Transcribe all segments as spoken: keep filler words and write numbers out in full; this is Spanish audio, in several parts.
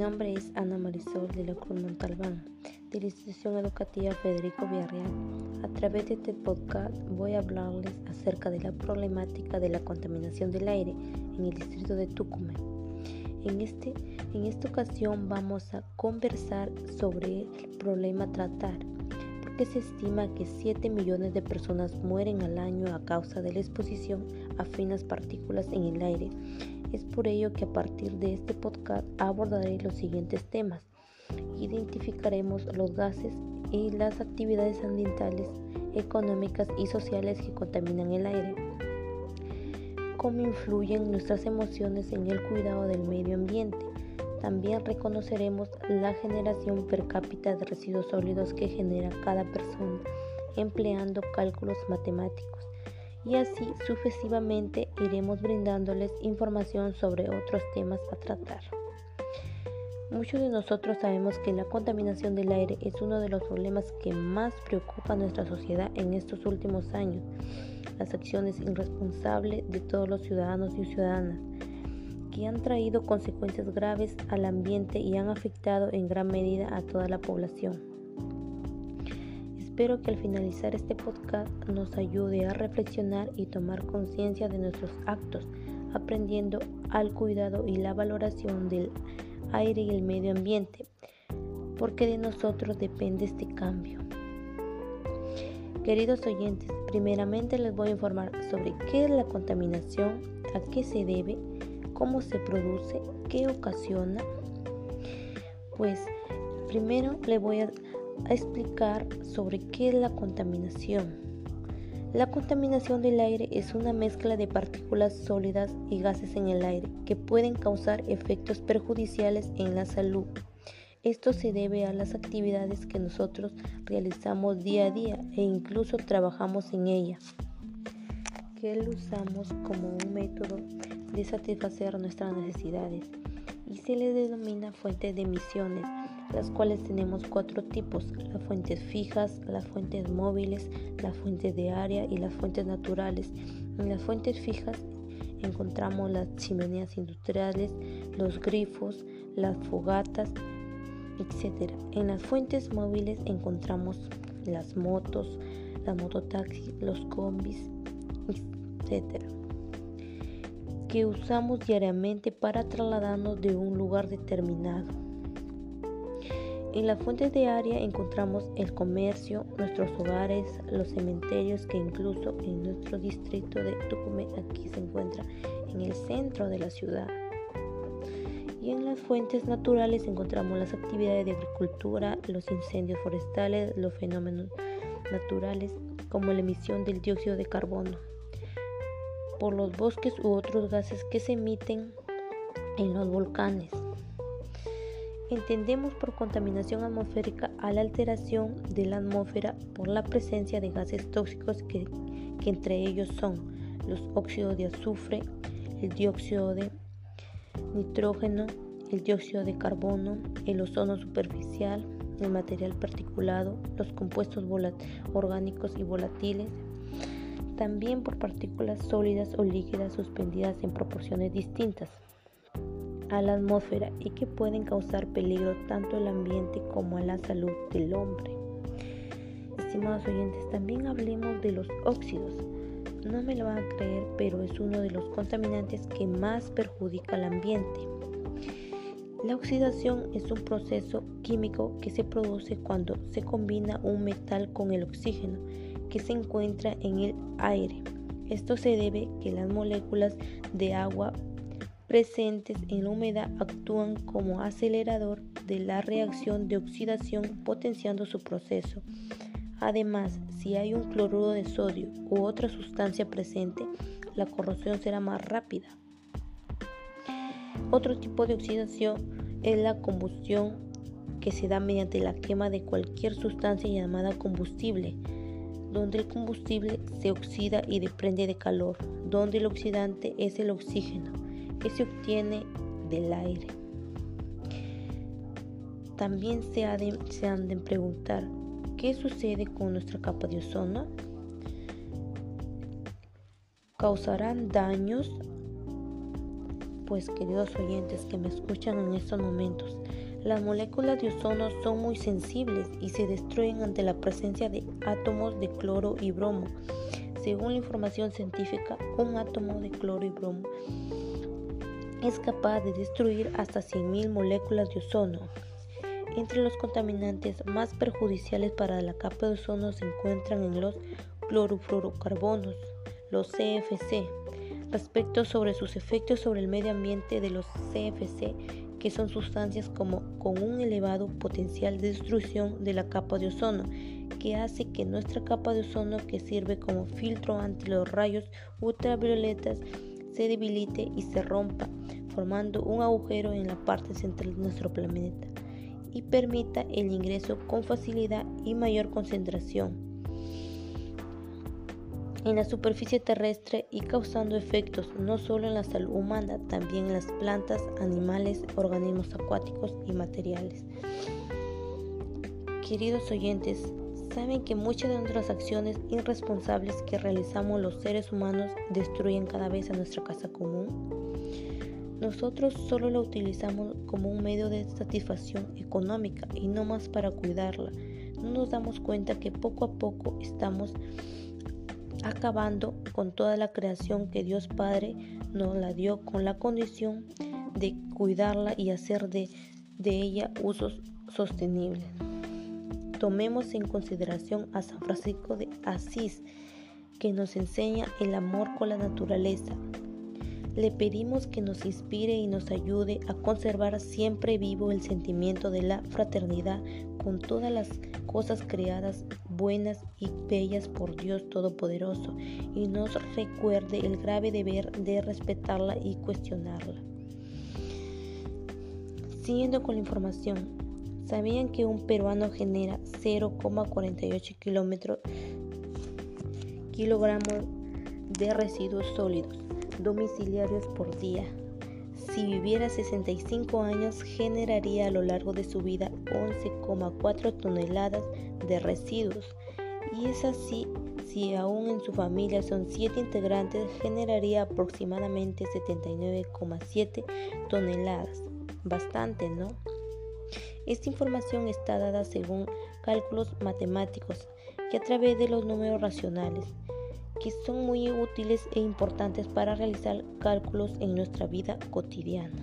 nombre es Ana Marisol de la Cruz Montalbán, de la Institución Educativa Federico Villarreal. A través de este podcast voy a hablarles acerca de la problemática de la contaminación del aire en el distrito de Tucumán. En, este, en esta ocasión vamos a conversar sobre el problema a tratar, porque se estima que siete millones de personas mueren al año a causa de la exposición a finas partículas en el aire. Es por ello que a partir de este podcast abordaré los siguientes temas. Identificaremos los gases y las actividades ambientales, económicas y sociales que contaminan el aire. Cómo influyen nuestras emociones en el cuidado del medio ambiente. También reconoceremos la generación per cápita de residuos sólidos que genera cada persona, empleando cálculos matemáticos. Y así sucesivamente iremos brindándoles información sobre otros temas a tratar. Muchos de nosotros sabemos que la contaminación del aire es uno de los problemas que más preocupa a nuestra sociedad en estos últimos años. Las acciones irresponsables de todos los ciudadanos y ciudadanas que han traído consecuencias graves al ambiente y han afectado en gran medida a toda la población. Espero que al finalizar este podcast nos ayude a reflexionar y tomar conciencia de nuestros actos, aprendiendo al cuidado y la valoración del aire y el medio ambiente, porque de nosotros depende este cambio. Queridos oyentes, primeramente les voy a informar sobre qué es la contaminación, a qué se debe, cómo se produce, qué ocasiona. Pues primero les voy a a explicar sobre qué es la contaminación. La contaminación del aire es una mezcla de partículas sólidas y gases en el aire que pueden causar efectos perjudiciales en la salud. Esto se debe a las actividades que nosotros realizamos día a día e incluso trabajamos en ella, que lo usamos como un método de satisfacer nuestras necesidades y se le denomina fuentes de emisiones, las cuales tenemos cuatro tipos: las fuentes fijas, las fuentes móviles, las fuentes de área y las fuentes naturales. En las fuentes fijas encontramos las chimeneas industriales, los grifos, las fogatas, etcétera. En las fuentes móviles encontramos las motos, las mototaxis, los combis, etcétera, que usamos diariamente para trasladarnos de un lugar determinado. En las fuentes de área encontramos el comercio, nuestros hogares, los cementerios, que incluso en nuestro distrito de Tucumán aquí se encuentra en el centro de la ciudad. Y en las fuentes naturales encontramos las actividades de agricultura, los incendios forestales, los fenómenos naturales como la emisión del dióxido de carbono por los bosques u otros gases que se emiten en los volcanes. Entendemos por contaminación atmosférica a la alteración de la atmósfera por la presencia de gases tóxicos que, que entre ellos son los óxidos de azufre, el dióxido de nitrógeno, el dióxido de carbono, el ozono superficial, el material particulado, los compuestos volat- orgánicos y volátiles, también por partículas sólidas o líquidas suspendidas en proporciones distintas a la atmósfera y que pueden causar peligro tanto al ambiente como a la salud del hombre. Estimados oyentes, también hablemos de los óxidos. No me lo van a creer, pero es uno de los contaminantes que más perjudica al ambiente. La oxidación es un proceso químico que se produce cuando se combina un metal con el oxígeno que se encuentra en el aire. Esto se debe a que las moléculas de agua presentes en la humedad actúan como acelerador de la reacción de oxidación, potenciando su proceso. Además, si hay un cloruro de sodio u otra sustancia presente, la corrosión será más rápida. Otro tipo de oxidación es la combustión, que se da mediante la quema de cualquier sustancia llamada combustible, donde el combustible se oxida y desprende de calor, donde el oxidante es el oxígeno que se obtiene del aire. También se, ha de, se han de preguntar, ¿qué sucede con nuestra capa de ozono? ¿Causarán daños Pues queridos oyentes que me escuchan en estos momentos, las moléculas de ozono son muy sensibles y se destruyen ante la presencia de átomos de cloro y bromo. Según la información científica, un átomo de cloro y bromo es capaz de destruir hasta cien mil moléculas de ozono. Entre los contaminantes más perjudiciales para la capa de ozono se encuentran en los clorofluorocarbonos, los C F C. Respecto sobre sus efectos sobre el medio ambiente de los C F C, que son sustancias como, con un elevado potencial de destrucción de la capa de ozono, que hace que nuestra capa de ozono, que sirve como filtro ante los rayos ultravioletas, se debilite y se rompa, formando un agujero en la parte central de nuestro planeta y permita el ingreso con facilidad y mayor concentración en la superficie terrestre y causando efectos no solo en la salud humana, también en las plantas, animales, organismos acuáticos y materiales. Queridos oyentes, ¿saben que muchas de nuestras acciones irresponsables que realizamos los seres humanos destruyen cada vez a nuestra casa común? Nosotros solo la utilizamos como un medio de satisfacción económica y no más para cuidarla. No nos damos cuenta que poco a poco estamos acabando con toda la creación que Dios Padre nos la dio con la condición de cuidarla y hacer de, de ella usos sostenibles. Tomemos en consideración a San Francisco de Asís, que nos enseña el amor con la naturaleza. Le pedimos que nos inspire y nos ayude a conservar siempre vivo el sentimiento de la fraternidad con todas las cosas creadas buenas y bellas por Dios Todopoderoso, y nos recuerde el grave deber de respetarla y cuestionarla. Siguiendo con la información, ¿sabían que un peruano genera cero coma cuarenta y ocho kilómetros, kilogramos de residuos sólidos domiciliarios por día? Si viviera sesenta y cinco años, generaría a lo largo de su vida once coma cuatro toneladas de residuos. Y es así, si aún en su familia son siete integrantes, generaría aproximadamente setenta y nueve coma siete toneladas. Bastante, ¿no? Esta información está dada según cálculos matemáticos que a través de los números racionales, que son muy útiles e importantes para realizar cálculos en nuestra vida cotidiana.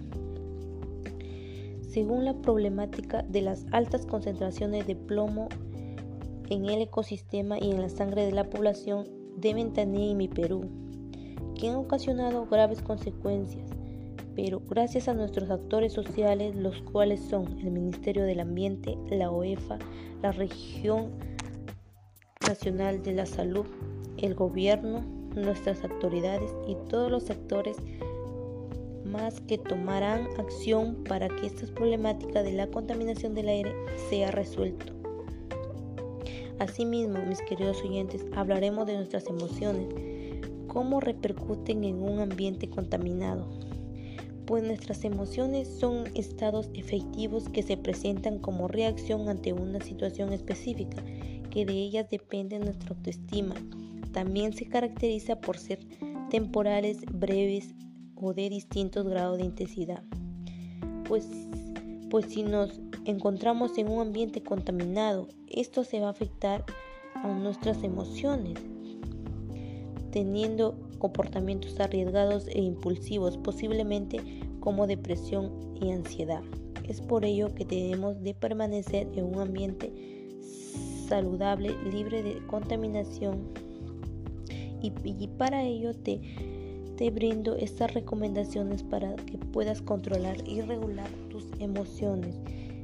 Según la problemática de las altas concentraciones de plomo en el ecosistema y en la sangre de la población de Ventanilla y mi Perú, que han ocasionado graves consecuencias, pero gracias a nuestros actores sociales, los cuales son el Ministerio del Ambiente, la O E F A, la Región Nacional de la Salud, el gobierno, nuestras autoridades y todos los sectores más que tomarán acción para que esta problemática de la contaminación del aire sea resuelto. Asimismo, mis queridos oyentes, hablaremos de nuestras emociones, cómo repercuten en un ambiente contaminado. Pues nuestras emociones son estados efectivos que se presentan como reacción ante una situación específica, que de ellas depende nuestra autoestima. También se caracteriza por ser temporales, breves o de distintos grados de intensidad. Pues, pues si nos encontramos en un ambiente contaminado, esto se va a afectar a nuestras emociones, teniendo comportamientos arriesgados e impulsivos, posiblemente como depresión y ansiedad. Es por ello que debemos de permanecer en un ambiente saludable, libre de contaminación. Y, y para ello te, te brindo estas recomendaciones para que puedas controlar y regular tus emociones.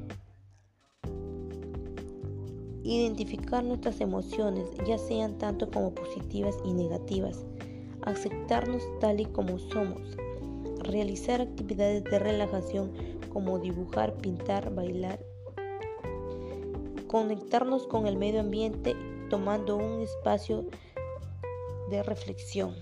Identificar nuestras emociones, ya sean tanto como positivas y negativas. Aceptarnos tal y como somos. Realizar actividades de relajación como dibujar, pintar, bailar. Conectarnos con el medio ambiente tomando un espacio de reflexión.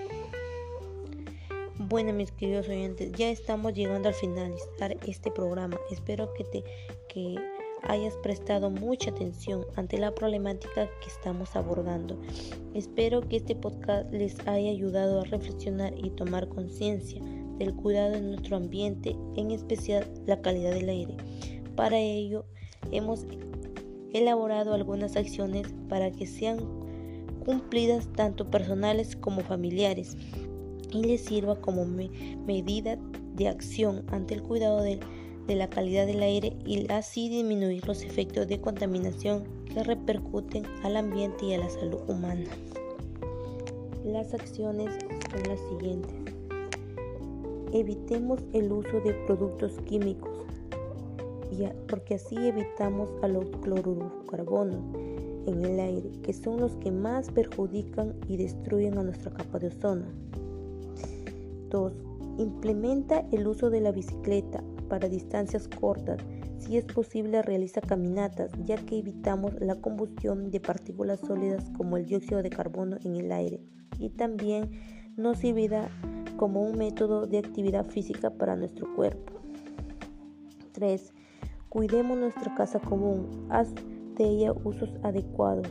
Bueno, mis queridos oyentes, ya estamos llegando al finalizar este programa. Espero que te que hayas prestado mucha atención ante la problemática que estamos abordando. Espero que este podcast les haya ayudado a reflexionar y tomar conciencia. del cuidado de nuestro ambiente, en especial la calidad del aire. Para ello, hemos elaborado algunas acciones para que sean cumplidas tanto personales como familiares y les sirva como me- medida de acción ante el cuidado de, de la calidad del aire y así disminuir los efectos de contaminación que repercuten al ambiente y a la salud humana. Las acciones son las siguientes. Evitemos el uso de productos químicos, ya, porque así evitamos a los clorofluorocarbonos en el aire, que son los que más perjudican y destruyen a nuestra capa de ozono. dos. Implementa el uso de la bicicleta para distancias cortas. Si es posible, realiza caminatas, ya que evitamos la combustión de partículas sólidas como el dióxido de carbono en el aire, y también nos servirá como un método de actividad física para nuestro cuerpo. tres. Cuidemos nuestra casa común. Haz de ella usos adecuados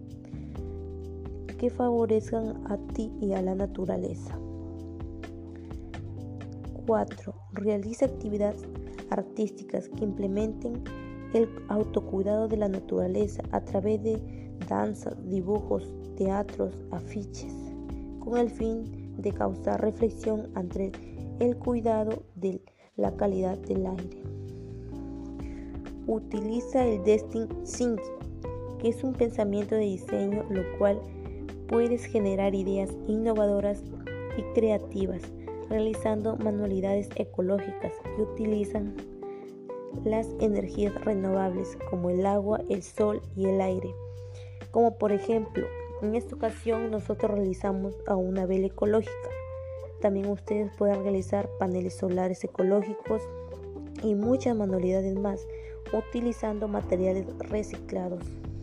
que favorezcan a ti y a la naturaleza. cuatro. Realiza actividades artísticas que implementen el autocuidado de la naturaleza a través de danzas, dibujos, teatros, afiches, con el fin de causar reflexión ante el cuidado de la calidad del aire. Utiliza el Design Thinking, que es un pensamiento de diseño, lo cual puedes generar ideas innovadoras y creativas, realizando manualidades ecológicas que utilizan las energías renovables como el agua, el sol y el aire. Como por ejemplo, en esta ocasión nosotros realizamos a una vela ecológica. También ustedes pueden realizar paneles solares ecológicos y muchas manualidades más, utilizando materiales reciclados.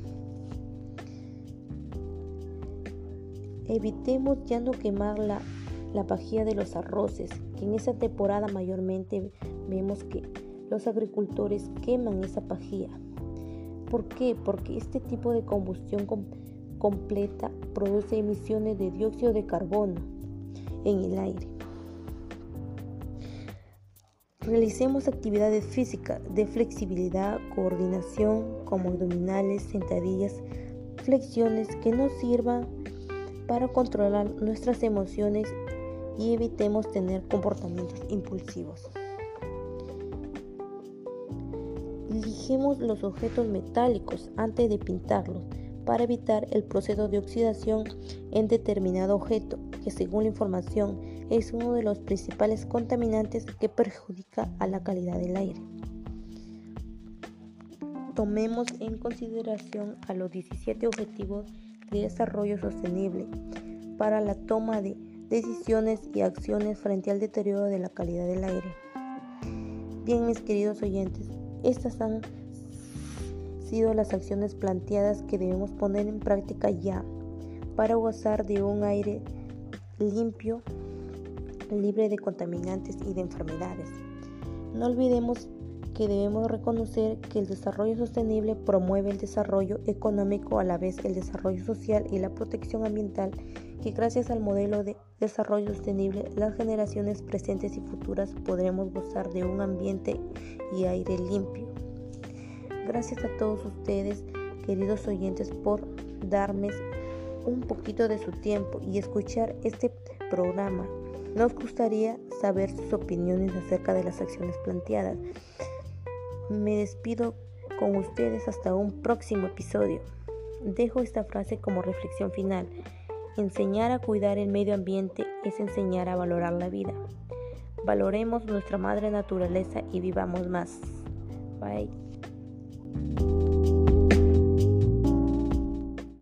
Evitemos ya no quemar la, la pajilla de los arroces, que en esta temporada mayormente vemos que los agricultores queman esa pajilla. ¿Por qué? Porque este tipo de combustión com- completa produce emisiones de dióxido de carbono en el aire. Realicemos actividades físicas de flexibilidad, coordinación, como abdominales, sentadillas, flexiones que nos sirvan para controlar nuestras emociones y evitemos tener comportamientos impulsivos. Lijemos los objetos metálicos antes de pintarlos para evitar el proceso de oxidación en determinado objeto, que según la información es uno de los principales contaminantes que perjudica a la calidad del aire. Tomemos en consideración a los diecisiete Objetivos de Desarrollo Sostenible para la toma de decisiones y acciones frente al deterioro de la calidad del aire. Bien, mis queridos oyentes, estas han sido las acciones planteadas que debemos poner en práctica ya para gozar de un aire limpio, libre de contaminantes y de enfermedades. No olvidemos que debemos reconocer que el desarrollo sostenible promueve el desarrollo económico, a la vez el desarrollo social y la protección ambiental, que gracias al modelo de desarrollo sostenible las generaciones presentes y futuras podremos gozar de un ambiente y aire limpio. Gracias a todos ustedes, queridos oyentes, por darme un poquito de su tiempo y escuchar este programa. Nos gustaría saber sus opiniones acerca de las acciones planteadas. Me despido con ustedes hasta un próximo episodio. Dejo esta frase como reflexión final. Enseñar a cuidar el medio ambiente es enseñar a valorar la vida. Valoremos nuestra madre naturaleza y vivamos más. Bye.